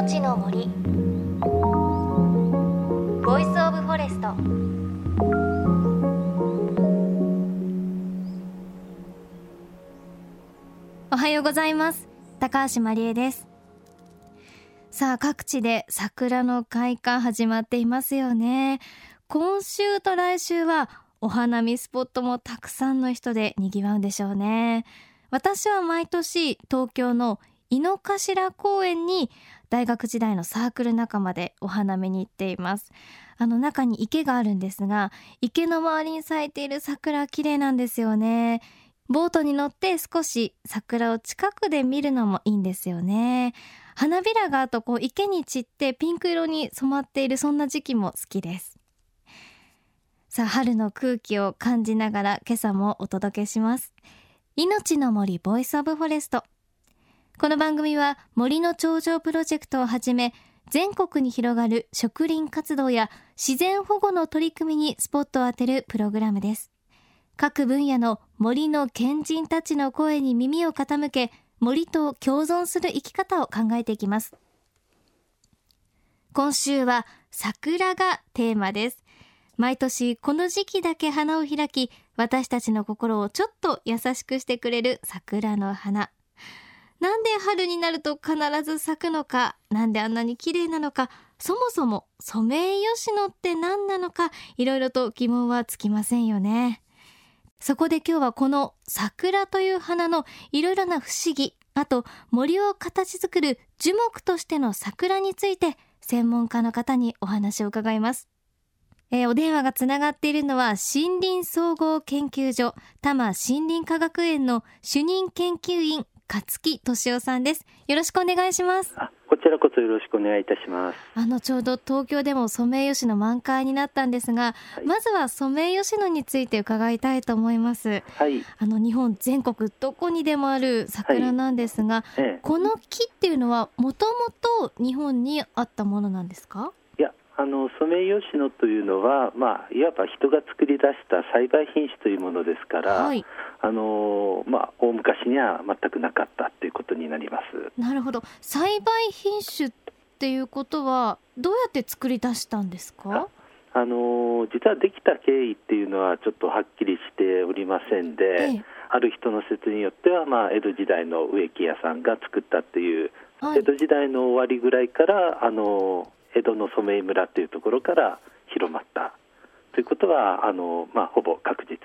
命の森ボイスオブフォレスト。おはようございます。高橋まりえです。さあ、各地で桜の開花始まっていますよね。今週と来週はお花見スポットもたくさんの人でにぎわうんでしょうね。私は毎年東京の井の頭公園に大学時代のサークル仲間でお花見に行っています。中に池があるんですが、池の周りに咲いている桜綺麗なんですよね。ボートに乗って少し桜を近くで見るのもいいんですよね。花びらがあと池に散ってピンク色に染まっている、そんな時期も好きです。さあ、春の空気を感じながら今朝もお届けします。命の森ボイスオブフォレスト。この番組は森の頂上プロジェクトをはじめ、全国に広がる植林活動や自然保護の取り組みにスポットを当てるプログラムです。各分野の森の賢人たちの声に耳を傾け、森と共存する生き方を考えていきます。今週は桜がテーマです。毎年この時期だけ花を開き、私たちの心をちょっと優しくしてくれる桜の花。なんで春になると必ず咲くのか、なんであんなに綺麗なのか、そもそもソメイヨシノって何なのか、いろいろと疑問はつきませんよね。そこで今日はこの桜という花のいろいろな不思議、あと森を形作る樹木としての桜について専門家の方にお話を伺います。お電話がつながっているのは森林総合研究所多摩森林科学園の主任研究員勝木俊夫さんです。よろしくお願いします。 こちらこそよろしくお願いいたします。 ちょうど東京でもソメイヨシノ満開になったんですが、はい、まずはソメイヨシノについて伺いたいと思います。 はい、 日本全国どこにでもある桜なんですが、この木っていうのはもともと日本にあったものなんですか？ いや、ソメイヨシノというのは、いわば人が作り出した栽培品種というものですから、はい、大昔には全くなかったということになります。 なるほど。栽培品種っていうことはどうやって作り出したんですか？ 実はできた経緯っていうのはちょっとはっきりしておりませんで、ある人の説によっては、江戸時代の植木屋さんが作ったっていう、はい、江戸時代の終わりぐらいから江戸の染井村というところから広まったということはほぼ確実です。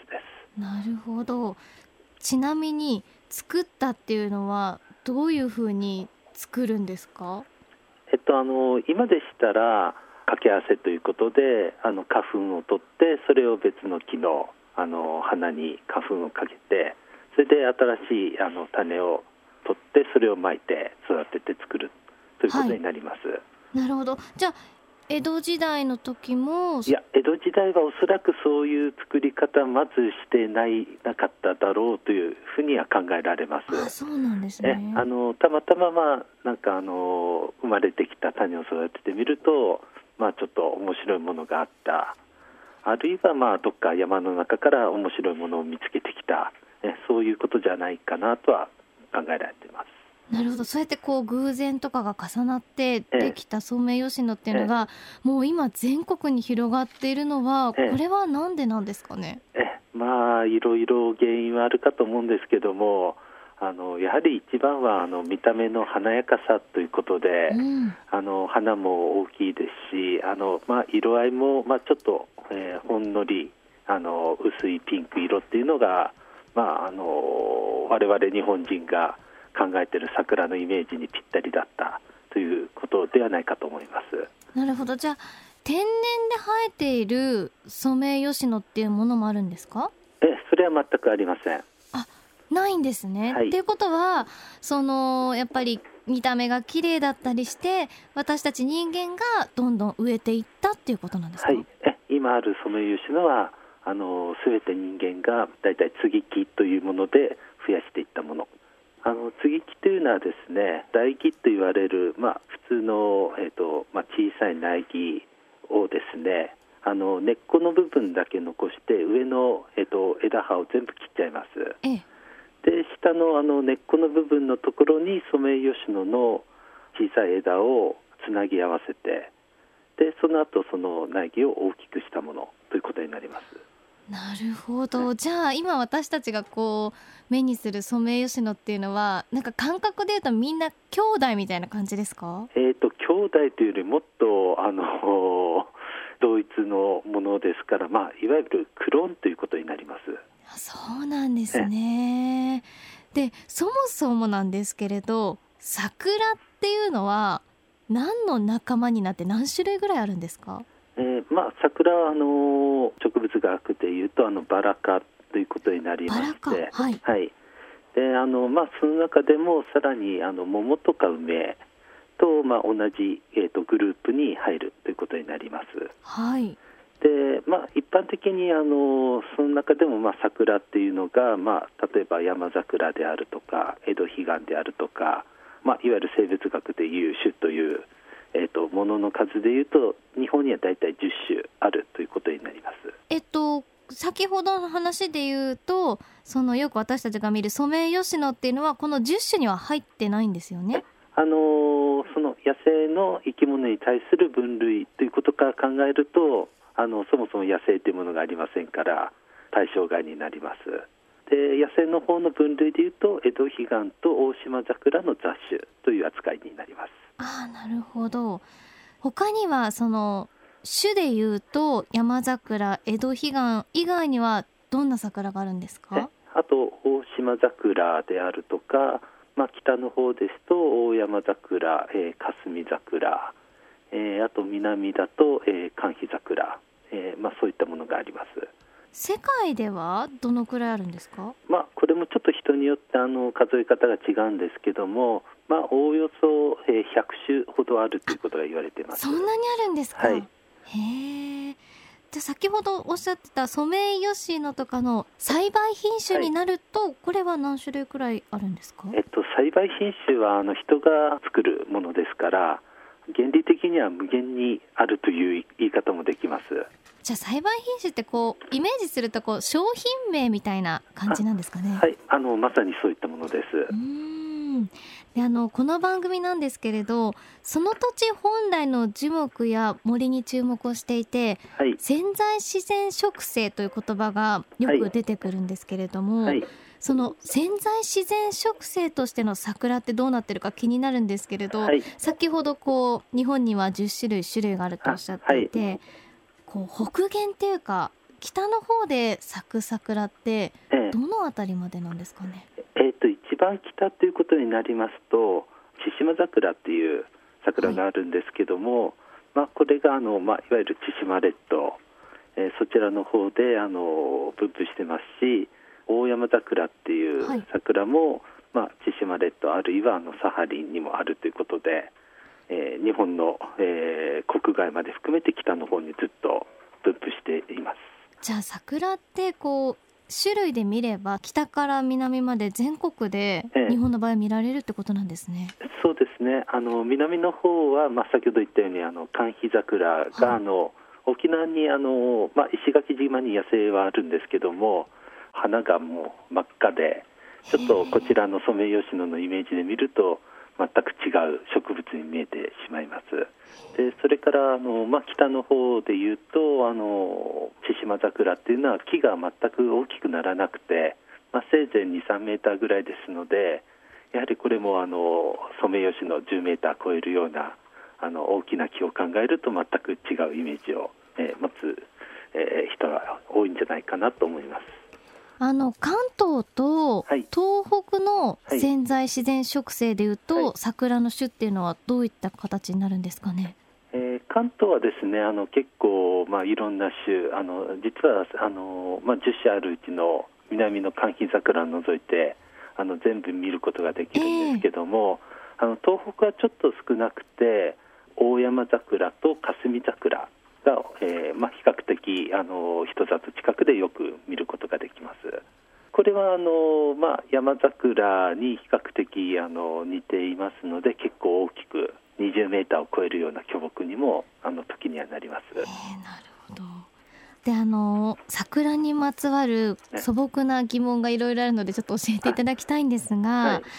なるほど。ちなみに作ったっていうのはどういうふうに作るんですか？ 今でしたら掛け合わせということで花粉を取ってそれを別の木の花に花粉をかけて、それで新しい種を取ってそれをまいて育てて作るということになります。はい、 なるほど。じゃあ江戸時代の時も？ いや、江戸時代はおそらくそういう作り方まずしてなかっただろうというふうには考えられます。 そうなんですね。 たまたま生まれてきた種を育ててみると、ちょっと面白いものがあった、あるいはどっか山の中から面白いものを見つけてきた、そういうことじゃないかなとは考えられています。 なるほど。そうやって偶然とかが重なってできたソメイヨシノっていうのが、もう今全国に広がっているのは、これはなんでなんですかね？ いろいろ原因はあるかと思うんですけども、やはり一番は見た目の華やかさということで、花も大きいですし、色合いもちょっと、ほんのり薄いピンク色っていうのが、我々日本人が考えている桜のイメージにぴったりだったということではないかと思います。 なるほど。じゃあ天然で生えているソメイヨシノっていうものもあるんですか？ それは全くありません。 ないんですね。っていうことはやっぱり見た目が綺麗だったりして私たち人間がどんどん植えていったっていうことなんですか？ 今あるソメイヨシノは全て人間がだいたい接ぎ木というもので増やしていったもの。接ぎ木というのはですね、苗木と言われる、普通の、小さい苗木をですね、根っこの部分だけ残して上の、枝葉を全部切っちゃいます。で下の根っこの部分のところにソメイヨシノの小さい枝をつなぎ合わせて、でその後その苗木を大きくしたものということになります。 なるほど。じゃあ今私たちがこう目にするソメイヨシノっていうのはなんか感覚でいうとみんな兄弟みたいな感じですか？ 兄弟というよりもっと同一のものですから、いわゆるクローンということになります。 そうなんですね。でそもそもなんですけれど、桜っていうのは何の仲間になって何種類ぐらいあるんですか？ 桜は植物学でいうとバラ科ということになりまして、 はい、 はい、でその中でもさらに桃とか梅と、同じ、グループに入るということになります。 はい。 で一般的にその中でも桜っていうのが、例えば山桜であるとか江戸彼岸であるとか、いわゆる生物学でいう種というものの数でいうと日本にはだいたい10種あるということになります。 先ほどの話で言うとよく私たちが見るソメイヨシノっていうのはこの10種には入ってないんですよね。 その野生の生き物に対する分類ということから考えるとそもそも野生というものがありませんから対象外になります。で野生の方の分類でいうと江戸彼岸と大島桜の雑種という扱いになります。 なるほど。他にはその種でいうと山桜、江戸彼岸以外にはどんな桜があるんですか？ あと大島桜であるとか、北の方ですと大山桜、霞桜、あと南だと、寒肥桜、そういったものがあります。 世界ではどのくらいあるんですか？ これもちょっと人によって数え方が違うんですけども、おおよそ、100種ほどあるということが言われています。 そんなにあるんですか？ はい。 へえ。じゃあ先ほどおっしゃってたソメイヨシノとかの栽培品種になると、これは何種類くらいあるんですか？ 栽培品種は人が作るものですから原理的には無限にあるという言い方もできます。 じゃあ栽培品種ってイメージすると商品名みたいな感じなんですかね？ はい、まさにそういったものです。 でこの番組なんですけれどその土地本来の樹木や森に注目をしていて、 はい、 潜在自然植生という言葉がよく出てくるんですけれども、その潜在自然植生としての桜ってどうなってるか気になるんですけれど、先ほど日本には10種類があるとおっしゃっていて、北限っていうか北の方で咲く桜ってどのあたりまでなんですかね？ 一番北ということになりますと千島桜っていう桜があるんですけども、これがいわゆる千島列島、そちらの方で分布してますし、大山桜っていう桜も、千島列島あるいはサハリンにもあるということで、日本の、国外まで含めて北の方にずっと分布しています。 じゃあ桜って種類で見れば北から南まで全国で日本の場合見られるってことなんですね。 そうですね。南の方は、先ほど言ったように寒肥桜が、沖縄に石垣島に野生はあるんですけども花がもう真っ赤でちょっとこちらのソメイヨシノのイメージで見ると全く違う植物に見えてしまいます。でそれから北の方でいうと千島桜っていうのは木が全く大きくならなくて、せいぜい 2,3 メーターぐらいですので、やはりこれもソメイヨシノ10メーター超えるような大きな木を考えると全く違うイメージを、持つ、人が多いんじゃないかなと思います。 関東と東北の潜在自然植生でいうと、桜の種っていうのはどういった形になるんですかね？ 関東はですね結構、いろんな種実は10種あるうちの南の寒肥桜を除いて全部見ることができるんですけども、東北はちょっと少なくて大山桜と霞桜が、比較的人里近くでよく見ることができます。これは山桜に比較的似ていますので結構大きく20メーターを超えるような巨木にも時にはなります。 なるほど。で桜にまつわる素朴な疑問がいろいろあるのでちょっと教えていただきたいんですが、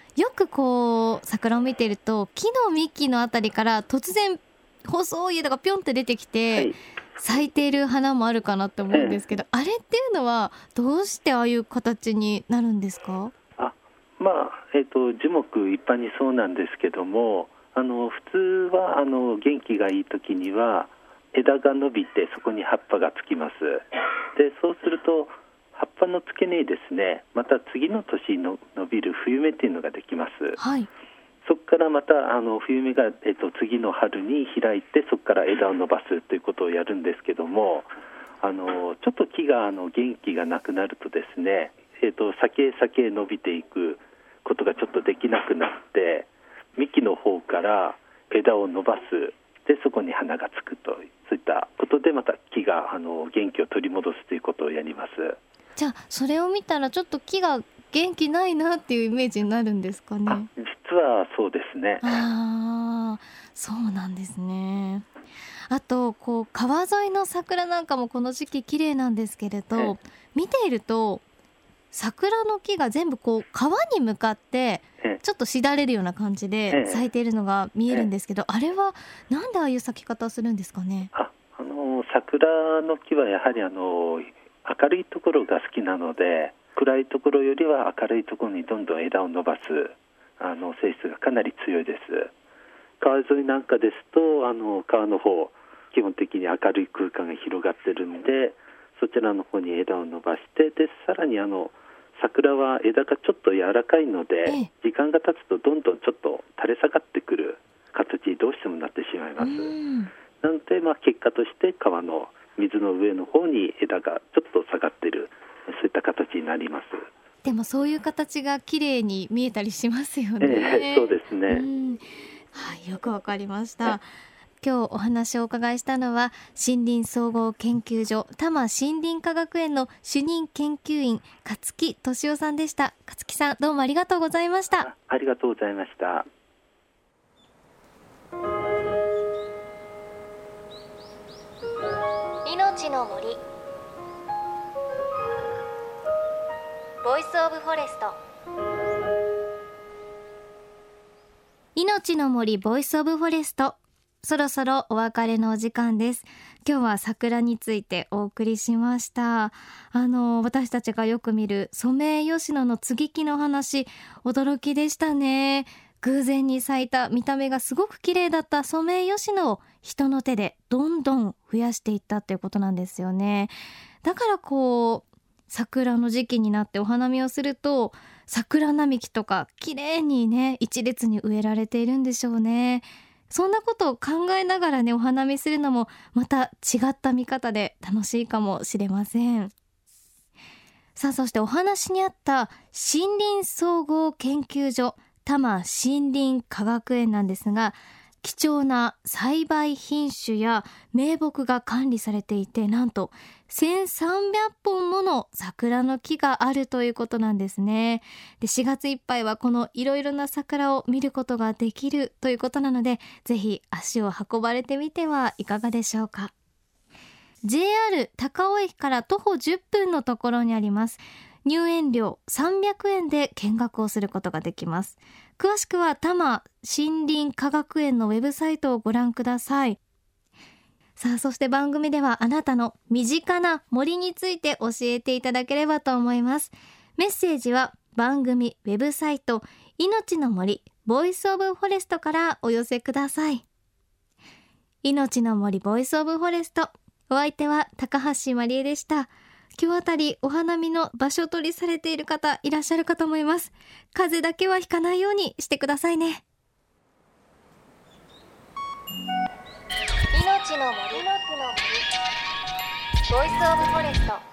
よくこう桜を見ていると木の幹のあたりから突然細い枝がピョンって出てきて、はい、咲いている花もあるかなって思うんですけど、あれっていうのはどうしてああいう形になるんですか？ 樹木一般にそうなんですけども、普通は元気がいい時には枝が伸びてそこに葉っぱがつきます。でそうすると葉っぱの付け根にですね、また次の年の伸びる冬芽っていうのができます、はい、そこからまた冬芽が、次の春に開いてそこから枝を伸ばすということをやるんですけども、ちょっと木が元気がなくなるとですね、先へ伸びていくことがちょっとできなくなって幹の方から枝を伸ばす、でそこに花がつくと、そういったことでまた木が元気を取り戻すということをやります。 じゃあそれを見たらちょっと木が元気ないなっていうイメージになるんですかね？ 実はそうですね。 そうなんですね。あとこう川沿いの桜なんかもこの時期綺麗なんですけれど、見ていると桜の木が全部こう川に向かってちょっとしだれるような感じで咲いているのが見えるんですけど、あれはなんでああいう咲き方をするんですかね？ 桜の木はやはり明るいところが好きなので、暗いところよりは明るいところにどんどん枝を伸ばす性質がかなり強いです。川沿いなんかですと川の方基本的に明るい空間が広がっているので、そちらの方に枝を伸ばして、でさらに桜は枝がちょっと柔らかいので、時間が経つとどんどんちょっと垂れ下がってくる形にどうしてもなってしまいます。なので、結果として川の水の上の方に枝がちょっと下がっている、そういった形になります。 でもそういう形が綺麗に見えたりしますよね。 そうですね。 はい、よくわかりました。今日お話をお伺いしたのは森林総合研究所多摩森林科学園の主任研究員勝木俊夫さんでした。勝木さん、どうもありがとうございました。 ありがとうございました。 命の森ボイスオブフォレスト。命の森ボイスオブフォレスト、そろそろお別れのお時間です。今日は桜についてお送りしました。私たちがよく見るソメイヨシノの接ぎ木の話、驚きでしたね。偶然に咲いた見た目がすごく綺麗だったソメイヨシノを人の手でどんどん増やしていったということなんですよね。だからこう桜の時期になってお花見をすると桜並木とか綺麗にね一列に植えられているんでしょうね。そんなことを考えながらねお花見するのもまた違った見方で楽しいかもしれません。さあ、そしてお話にあった森林総合研究所多摩森林科学園なんですが、貴重な栽培品種や名木が管理されていて、なんと1300本もの桜の木があるということなんですね。で、4月いっぱいはこのいろいろな桜を見ることができるということなので、ぜひ足を運ばれてみてはいかがでしょうか。 JR 高尾駅から徒歩10分のところにあります。入園料300円で見学をすることができます。詳しくは多摩森林科学園のウェブサイトをご覧ください。さあ、そして番組ではあなたの身近な森について教えていただければと思います。メッセージは番組ウェブサイト命の森ボイスオブフォレストからお寄せください。命の森ボイスオブフォレスト、お相手は高橋真理恵でした。今日あたりお花見の場所取りされている方いらっしゃるかと思います。風邪だけはひかないようにしてくださいね。命の森ボイスオブフォレスト。